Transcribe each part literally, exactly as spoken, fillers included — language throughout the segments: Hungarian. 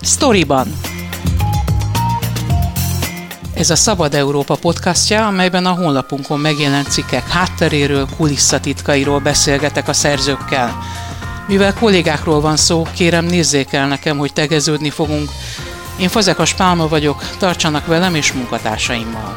Sztoriban. Ez a Szabad Európa podcastja, amelyben a honlapunkon megjelent cikkek hátteréről, kulisszatitkairól beszélgetek a szerzőkkel. Mivel kollégákról van szó, kérem nézzék el nekem, hogy tegeződni fogunk. Én Fazekas Pálma vagyok, tartsanak velem és munkatársaimmal.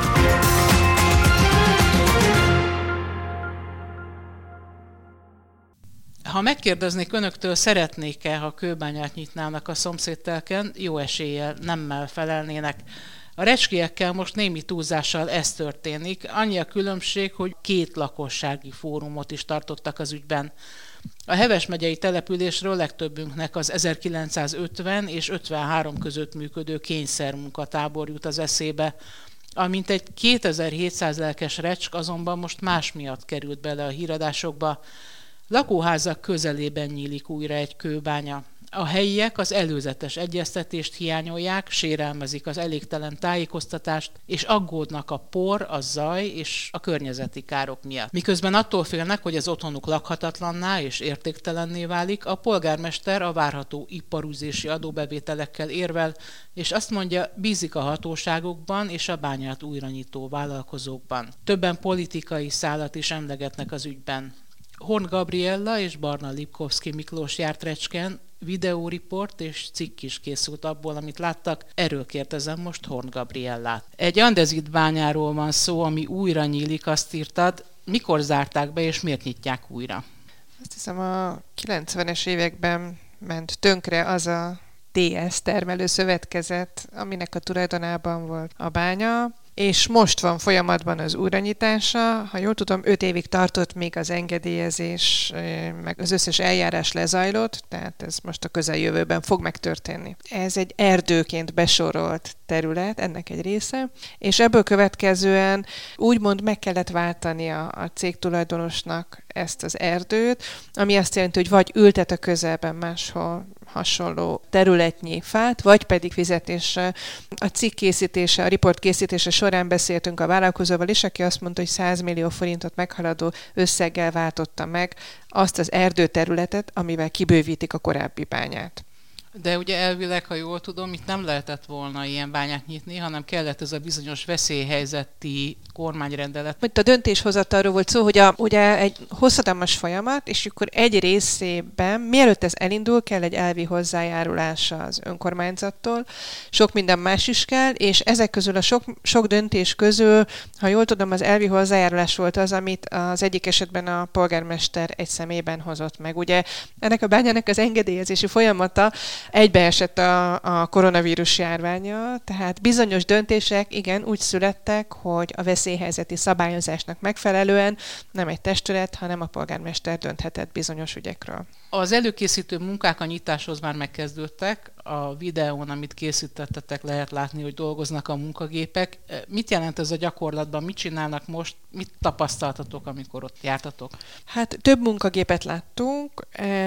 Ha megkérdeznék önöktől, szeretnék-e, ha kőbányát nyitnának a szomszédtelken, jó eséllyel nemmel felelnének. A recskékkel most némi túlzással ez történik, annyi a különbség, hogy két lakossági fórumot is tartottak az ügyben. A Heves megyei településről legtöbbünknek az ezerkilencszázötven és ötvenhárom között működő kényszermunkatábor jut az eszébe. Amint egy kétezer-hétszáz lelkes recsk azonban most más miatt került bele a híradásokba. Lakóházak közelében nyílik újra egy kőbánya. A helyiek az előzetes egyeztetést hiányolják, sérelmezik az elégtelen tájékoztatást, és aggódnak a por, a zaj és a környezeti károk miatt. Miközben attól félnek, hogy az otthonuk lakhatatlanná és értéktelenné válik, a polgármester a várható iparűzési adóbevételekkel érvel, és azt mondja, bízik a hatóságokban és a bányát újranyitó vállalkozókban. Többen politikai szálat is emlegetnek az ügyben. Horn Gabriella és Barna Lipkovszky Miklós járt Recsken, videóriport és cikk is készült abból, amit láttak. Erről kérdezem most Horn Gabriellát. Egy andezit bányáról van szó, ami újra nyílik, azt írtad. Mikor zárták be, és miért nyitják újra? Azt hiszem, a kilencvenes években ment tönkre az a té es termelő szövetkezet, aminek a tulajdonában volt a bánya, és most van folyamatban az újranyitása. Ha jól tudom, öt évig tartott, még az engedélyezés, meg az összes eljárás lezajlott, tehát ez most a közeljövőben fog megtörténni. Ez egy erdőként besorolt terület, ennek egy része, és ebből következően úgymond meg kellett váltani a, a cég tulajdonosnak ezt az erdőt, ami azt jelenti, hogy vagy ültet a közelben máshol hasonló területnyi fát, vagy pedig fizetése. A cikk készítése, a riport készítése során beszéltünk a vállalkozóval is, aki azt mondta, hogy száz millió forintot meghaladó összeggel váltotta meg azt az erdőterületet, amivel kibővítik a korábbi bányát. De ugye elvileg, ha jól tudom, itt nem lehetett volna ilyen bányát nyitni, hanem kellett ez a bizonyos veszélyhelyzeti kormányrendelet. Itt a döntéshozatalról volt szó, hogy a, ugye egy hosszadalmas folyamat, és akkor egy részében, mielőtt ez elindul, kell egy elvi hozzájárulása az önkormányzattól, sok minden más is kell, és ezek közül a sok, sok döntés közül, ha jól tudom, az elvi hozzájárulás volt az, amit az egyik esetben a polgármester egy személyben hozott meg. Ugye ennek a bányának az engedélyezési folyamata egybeesett a, a koronavírus járványa, tehát bizonyos döntések igen úgy születtek, hogy a veszélyhelyzeti szabályozásnak megfelelően nem egy testület, hanem a polgármester dönthetett bizonyos ügyekről. Az előkészítő munkák a nyitáshoz már megkezdődtek. A videón, amit készítettetek, lehet látni, hogy dolgoznak a munkagépek. Mit jelent ez a gyakorlatban? Mit csinálnak most? Mit tapasztaltatok, amikor ott jártatok? Hát több munkagépet láttunk.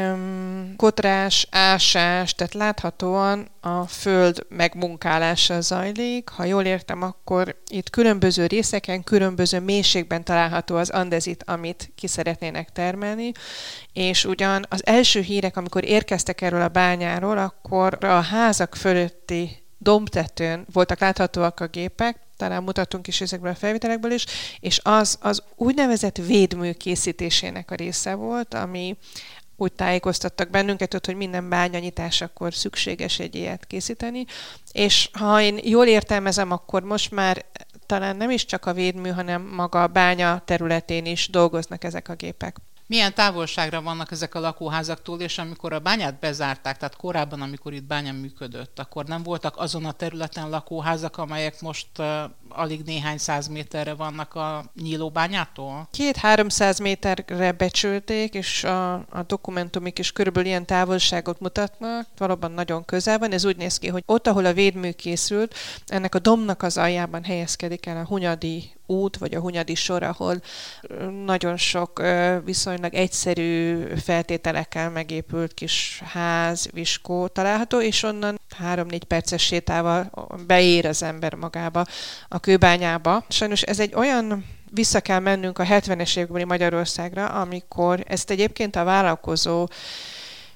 Kotrás, ásás, tehát láthatóan a föld megmunkálása zajlik. Ha jól értem, akkor itt különböző részeken, különböző mélységben található az andezit, amit ki szeretnének termelni. És ugyan az első hírek, amikor érkeztek erről a bányáról, akkor a házak fölötti dombtetőn voltak láthatóak a gépek, talán mutatunk is ezekből a felvételekből is, és az, az úgynevezett védmű készítésének a része volt, ami úgy tájékoztattak bennünket, hogy minden bányanyitásakor szükséges egy ilyet készíteni, és ha én jól értelmezem, akkor most már talán nem is csak a védmű, hanem maga a bánya területén is dolgoznak ezek a gépek. Milyen távolságra vannak ezek a lakóházaktól, és amikor a bányát bezárták, tehát korábban, amikor itt bánya működött, akkor nem voltak azon a területen lakóházak, amelyek most uh, alig néhány száz méterre vannak a nyílóbányától? Két-háromszáz méterre becsülték, és a, a dokumentumik is körülbelül ilyen távolságot mutatnak, valóban nagyon közel van. Ez úgy néz ki, hogy ott, ahol a védmű készült, ennek a dombnak az aljában helyezkedik el a Hunyadi út, vagy a Hunyadi sor, ahol nagyon sok viszonylag egyszerű feltételekkel megépült kis ház, viskó található, és onnan három-négy perces sétával beér az ember magába a kőbányába. Sajnos ez egy olyan, vissza kell mennünk a hetvenes évekbeli Magyarországra, amikor ezt egyébként a vállalkozó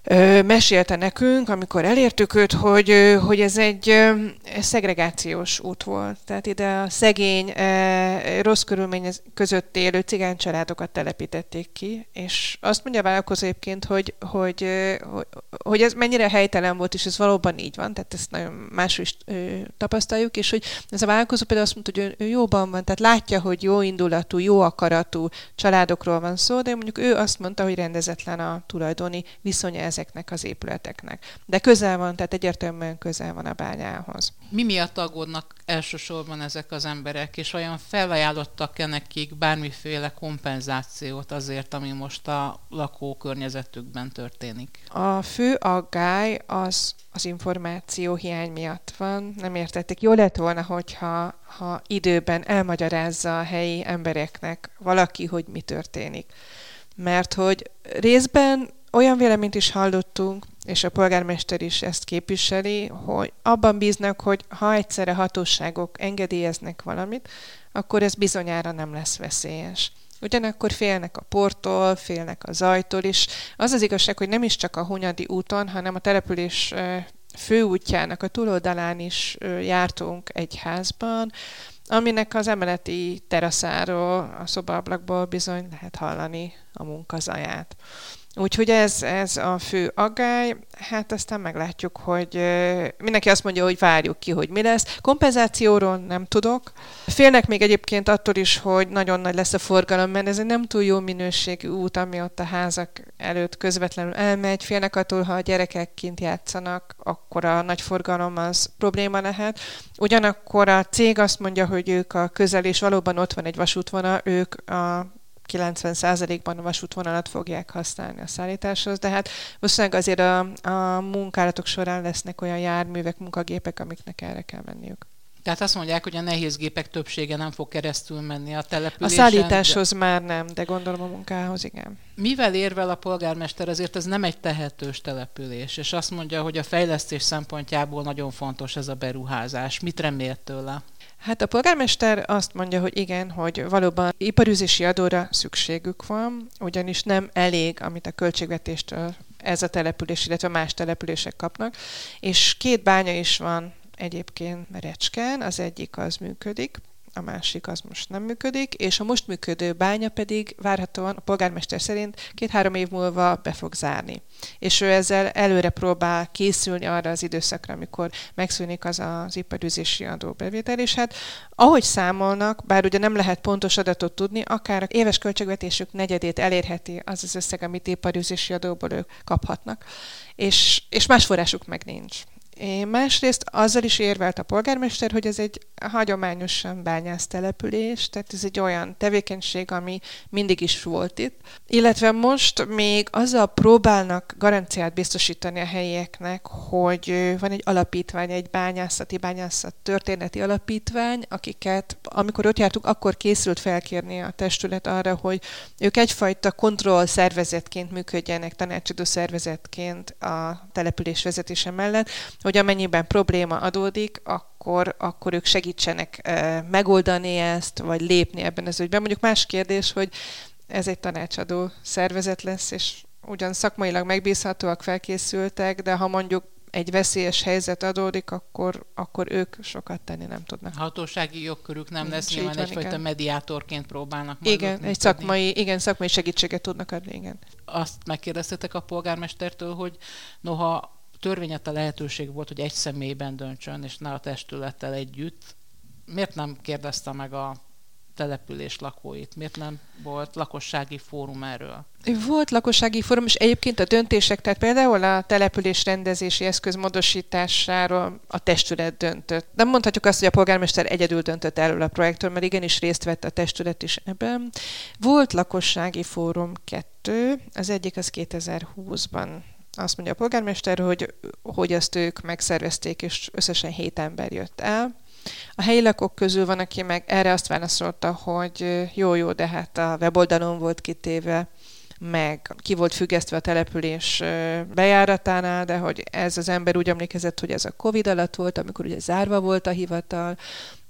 mesélte nekünk, amikor elértük őt, hogy, hogy ez egy szegregációs út volt. Tehát ide a szegény, rossz körülmények között élő cigány családokat telepítették ki, és azt mondja a vállalkozó egyébként, hogy, hogy, hogy, hogy ez mennyire helytelen volt, és ez valóban így van, tehát ezt nagyon másról is tapasztaljuk, és hogy ez a vállalkozó például azt mondta, hogy ő jóban van, tehát látja, hogy jó indulatú, jó akaratú családokról van szó, de mondjuk ő azt mondta, hogy rendezetlen a tulajdoni viszonya ezeknek az épületeknek. De közel van, tehát egyértelműen közel van a bányához. Mi miatt aggódnak elsősorban ezek az emberek, és olyan felajánlottak-e nekik bármiféle kompenzációt azért, ami most a lakókörnyezetükben történik? A fő aggály az az információ hiány miatt van. Nem értették. Jó lett volna, hogyha ha időben elmagyarázza a helyi embereknek valaki, hogy mi történik. Mert hogy részben olyan véleményt is hallottunk, és a polgármester is ezt képviseli, hogy abban bíznak, hogy ha egyszerre hatóságok engedélyeznek valamit, akkor ez bizonyára nem lesz veszélyes. Ugyanakkor félnek a portól, félnek a zajtól is. Az az igazság, hogy nem is csak a Hunyadi úton, hanem a település főútjának a túloldalán is jártunk egy házban, aminek az emeleti teraszáról, a szobaablakból bizony lehet hallani a munkazaját. Úgyhogy ez, ez a fő aggály, hát aztán meglátjuk, hogy mindenki azt mondja, hogy várjuk ki, hogy mi lesz. Kompenzációról nem tudok. Félnek még egyébként attól is, hogy nagyon nagy lesz a forgalom, mert ez egy nem túl jó minőségű út, ami ott a házak előtt közvetlenül elmegy. Félnek attól, ha a gyerekek kint játszanak, akkor a nagy forgalom az probléma lehet. Ugyanakkor a cég azt mondja, hogy ők a közel, és valóban ott van egy vasútvonal, ők a kilencven százalékban a vasútvonalat fogják használni a szállításhoz, de hát valószínűleg azért a, a munkálatok során lesznek olyan járművek, munkagépek, amiknek erre kell menniük. Tehát azt mondják, hogy a nehézgépek többsége nem fog keresztül menni a településen. A szállításhoz de... már nem, de gondolom a munkához igen. Mivel érvel a polgármester, azért ez nem egy tehetős település, és azt mondja, hogy a fejlesztés szempontjából nagyon fontos ez a beruházás. Mit remélt tőle? Hát a polgármester azt mondja, hogy igen, hogy valóban iparűzési adóra szükségük van, ugyanis nem elég, amit a költségvetéstől ez a település, illetve más települések kapnak, és két bánya is van egyébként Recskén, az egyik az működik, a másik az most nem működik, és a most működő bánya pedig várhatóan a polgármester szerint két-három év múlva be fog zárni. És ő ezzel előre próbál készülni arra az időszakra, amikor megszűnik az az iparűzési adóbevétel, és hát ahogy számolnak, bár ugye nem lehet pontos adatot tudni, akár az éves költségvetésük negyedét elérheti az az összeg, amit iparűzési adóból ők kaphatnak, és, és más forrásuk meg nincs. Másrészt azzal is érvelt a polgármester, hogy ez egy hagyományosan bányász település, tehát ez egy olyan tevékenység, ami mindig is volt itt. Illetve most még azzal próbálnak garanciát biztosítani a helyieknek, hogy van egy alapítvány, egy bányászati, bányászat történeti alapítvány, akiket, amikor ott jártunk, akkor készült felkérni a testület arra, hogy ők egyfajta kontroll szervezetként működjenek, tanácsadó szervezetként a település vezetése mellett, hogy amennyiben probléma adódik, akkor, akkor ők segítsenek e, megoldani ezt, vagy lépni ebben az ügyben. Mondjuk más kérdés, hogy ez egy tanácsadó szervezet lesz, és ugyan szakmailag megbízhatóak, felkészültek, de ha mondjuk egy veszélyes helyzet adódik, akkor, akkor ők sokat tenni nem tudnak. Hatósági jogkörük nem lesz, Nincs, nyilván van, egyfajta igen. mediátorként próbálnak majd Igen, egy szakmai, igen, szakmai segítséget tudnak adni, igen. Azt megkérdeztetek a polgármestertől, hogy noha törvényet a lehetőség volt, hogy egy személyben döntsön, és ne a testülettel együtt. Miért nem kérdezte meg a település lakóit? Miért nem volt lakossági fórum erről? Volt lakossági fórum, és egyébként a döntések, tehát például a település rendezési eszköz módosításáról a testület döntött. Nem mondhatjuk azt, hogy a polgármester egyedül döntött erről a projektről, mert igenis részt vett a testület is ebben. Volt lakossági fórum kettő, az egyik az kétezer-húszban. Azt mondja a polgármester, hogy, hogy azt ők megszervezték, és összesen hét ember jött el. A helyi lakók közül van, aki meg erre azt válaszolta, hogy jó-jó, de hát a weboldalon volt kitéve, meg ki volt függesztve a település bejáratánál, de hogy ez az ember úgy emlékezett, hogy ez a Covid alatt volt, amikor ugye zárva volt a hivatal,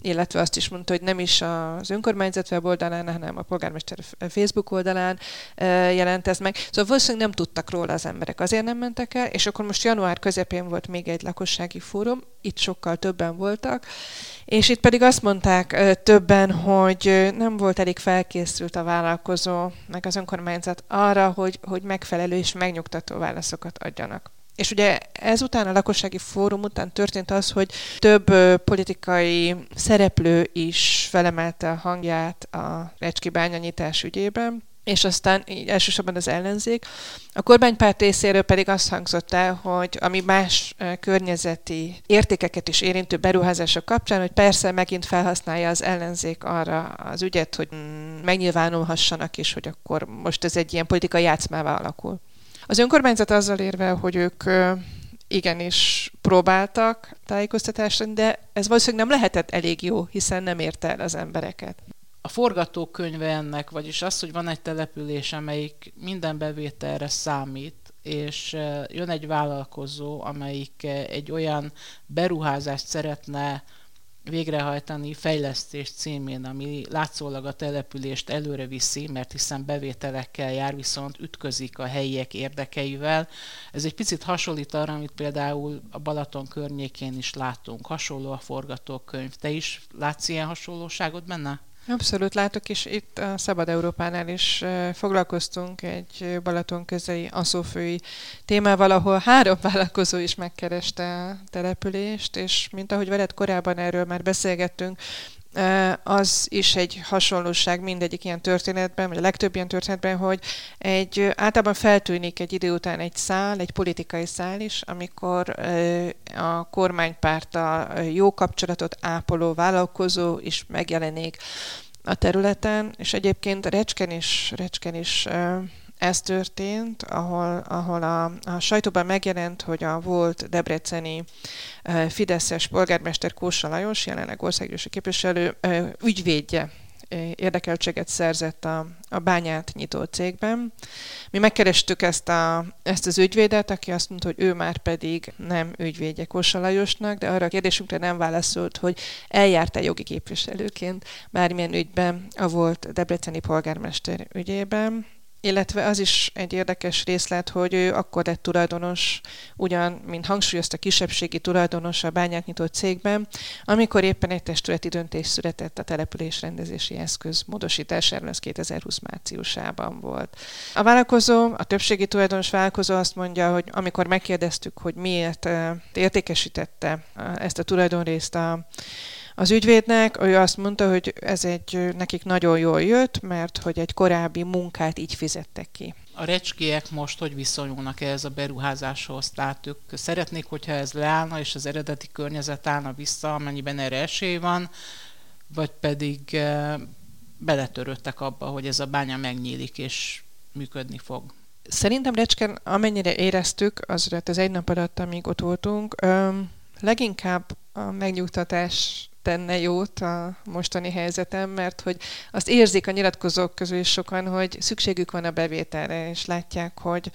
illetve azt is mondta, hogy nem is az önkormányzat weboldalán, hanem a polgármester Facebook oldalán jelent ez meg. Szóval valószínűleg nem tudtak róla az emberek, azért nem mentek el, és akkor most január közepén volt még egy lakossági fórum, itt sokkal többen voltak, és itt pedig azt mondták többen, hogy nem volt elég felkészült a vállalkozó, meg az önkormányzat arra, hogy, hogy megfelelő és megnyugtató válaszokat adjanak. És ugye ezután, a lakossági fórum után történt az, hogy több politikai szereplő is felemelte a hangját a Recski bányanyitás ügyében, és aztán így elsősorban az ellenzék. A kormánypárt részéről pedig azt hangzott el, hogy ami más környezeti értékeket is érintő beruházások kapcsán, hogy persze megint felhasználja az ellenzék arra az ügyet, hogy megnyilvánulhassanak, és hogy akkor most ez egy ilyen politikai játszmává alakul. Az önkormányzat azzal érvel, hogy ők igenis próbáltak tájékoztatásra, de ez valószínűleg nem lehetett elég jó, hiszen nem érte el az embereket. A forgatókönyve ennek, vagyis az, hogy van egy település, amelyik minden bevételre számít, és jön egy vállalkozó, amelyik egy olyan beruházást szeretne végrehajtani fejlesztés címén, ami látszólag a települést előre viszi, mert hiszen bevételekkel jár, viszont ütközik a helyiek érdekeivel. Ez egy picit hasonlít arra, amit például a Balaton környékén is látunk. Hasonló a forgatókönyv. Te is látsz ilyen hasonlóságot benne? Abszolút látok, és itt a Szabad Európánál is foglalkoztunk egy Balaton közeli aszófői témával, ahol három vállalkozó is megkereste a települést, és mint ahogy veled korábban erről már beszélgettünk, az is egy hasonlóság mindegyik ilyen történetben, vagy a legtöbb ilyen történetben, hogy egy általában feltűnik egy idő után egy szál, egy politikai szál is, amikor a kormánypárttal jó kapcsolatot ápoló vállalkozó is megjelenik a területen, és egyébként Recsken is, Recsken is ez történt, ahol, ahol a, a sajtóban megjelent, hogy a volt debreceni uh, fideszes polgármester Kósa Lajos, jelenleg országgyűlési képviselő, uh, ügyvédje uh, érdekeltséget szerzett a, a bányát nyitó cégben. Mi megkerestük ezt, a, ezt az ügyvédet, aki azt mondta, hogy ő már pedig nem ügyvédje Kósa Lajosnak, de arra a kérdésünkre nem válaszolt, hogy eljárt-e jogi képviselőként bármilyen ügyben a volt debreceni polgármester ügyében. Illetve az is egy érdekes részlet, hogy ő akkor lett tulajdonos, ugyan, mint hangsúlyozta, kisebbségi tulajdonos a bányát nyitó cégben, amikor éppen egy testületi döntés született a település rendezési eszköz módosításáról, az kétezer-húsz márciusában volt. A vállalkozó, a többségi tulajdonos vállalkozó azt mondja, hogy amikor megkérdeztük, hogy miért értékesítette ezt a tulajdonrészt a az ügyvédnek, ő azt mondta, hogy ez egy nekik nagyon jól jött, mert hogy egy korábbi munkát így fizettek ki. A recskiek most hogy viszonyulnak ehhez a beruházáshoz? Tehát ők szeretnék, hogyha ez leállna, és az eredeti környezet állna vissza, amennyiben erre esély van, vagy pedig beletörődtek abba, hogy ez a bánya megnyílik, és működni fog. Szerintem Recsken, amennyire éreztük, az az egy nap alatt, amíg ott voltunk, leginkább a megnyugtatás tenne jót a mostani helyzetem, mert hogy azt érzik a nyilatkozók közül is sokan, hogy szükségük van a bevételre, és látják, hogy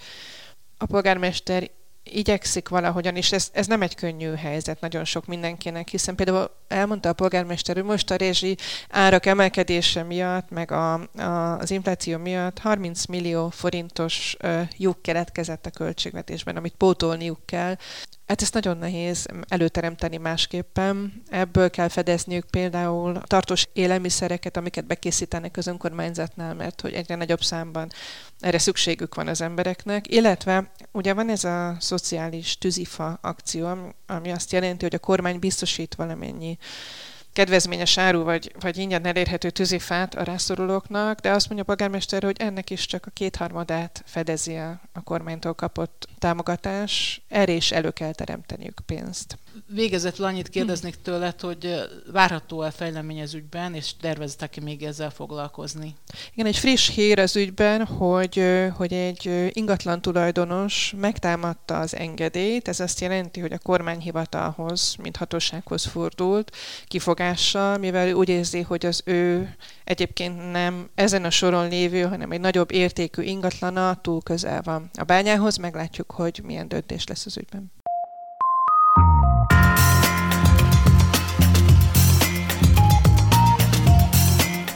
a polgármester igyekszik valahogyan, és ez, ez nem egy könnyű helyzet nagyon sok mindenkinek, hiszen például elmondta a polgármester, hogy most a rezsi árak emelkedése miatt, meg a, a, az infláció miatt harminc millió forintos uh, lyuk keletkezett a költségvetésben, amit pótolniuk kell. Hát ezt nagyon nehéz előteremteni másképpen. Ebből kell fedezniük például tartós élelmiszereket, amiket bekészítenek az önkormányzatnál, mert hogy egyre nagyobb számban erre szükségük van az embereknek. Illetve ugye van ez a szociális tűzifa akció, ami azt jelenti, hogy a kormány biztosít valamennyi kedvezményes áru, vagy, vagy ingyen elérhető tűzifát a rászorulóknak, de azt mondja a polgármester, hogy ennek is csak a kétharmadát fedezi a, a kormánytól kapott támogatás. Erre is elő kell teremteniük pénzt. Végezetül annyit kérdeznék tőled, hogy várható-e fejlemény az ügyben, és terveztek-e még ezzel foglalkozni? Igen, egy friss hír az ügyben, hogy, hogy egy ingatlan tulajdonos megtámadta az engedélyt. Ez azt jelenti, hogy a kormányhivatalhoz, mint hatósághoz fordult kifogással, mivel ő úgy érzi, hogy az ő egyébként nem ezen a soron lévő, hanem egy nagyobb értékű ingatlana túl közel van a bányához. Meglátjuk, hogy milyen döntés lesz az ügyben.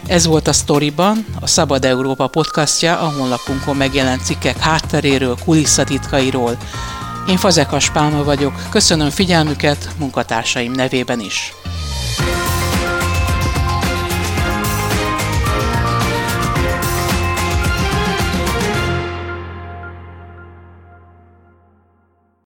Ez volt a Sztoriban, a Szabad Európa podcastja, a honlapunkon megjelent cikkek hátteréről, kulisszatitkairól. Én Fazekas Pálma vagyok, köszönöm figyelmüket munkatársaim nevében is.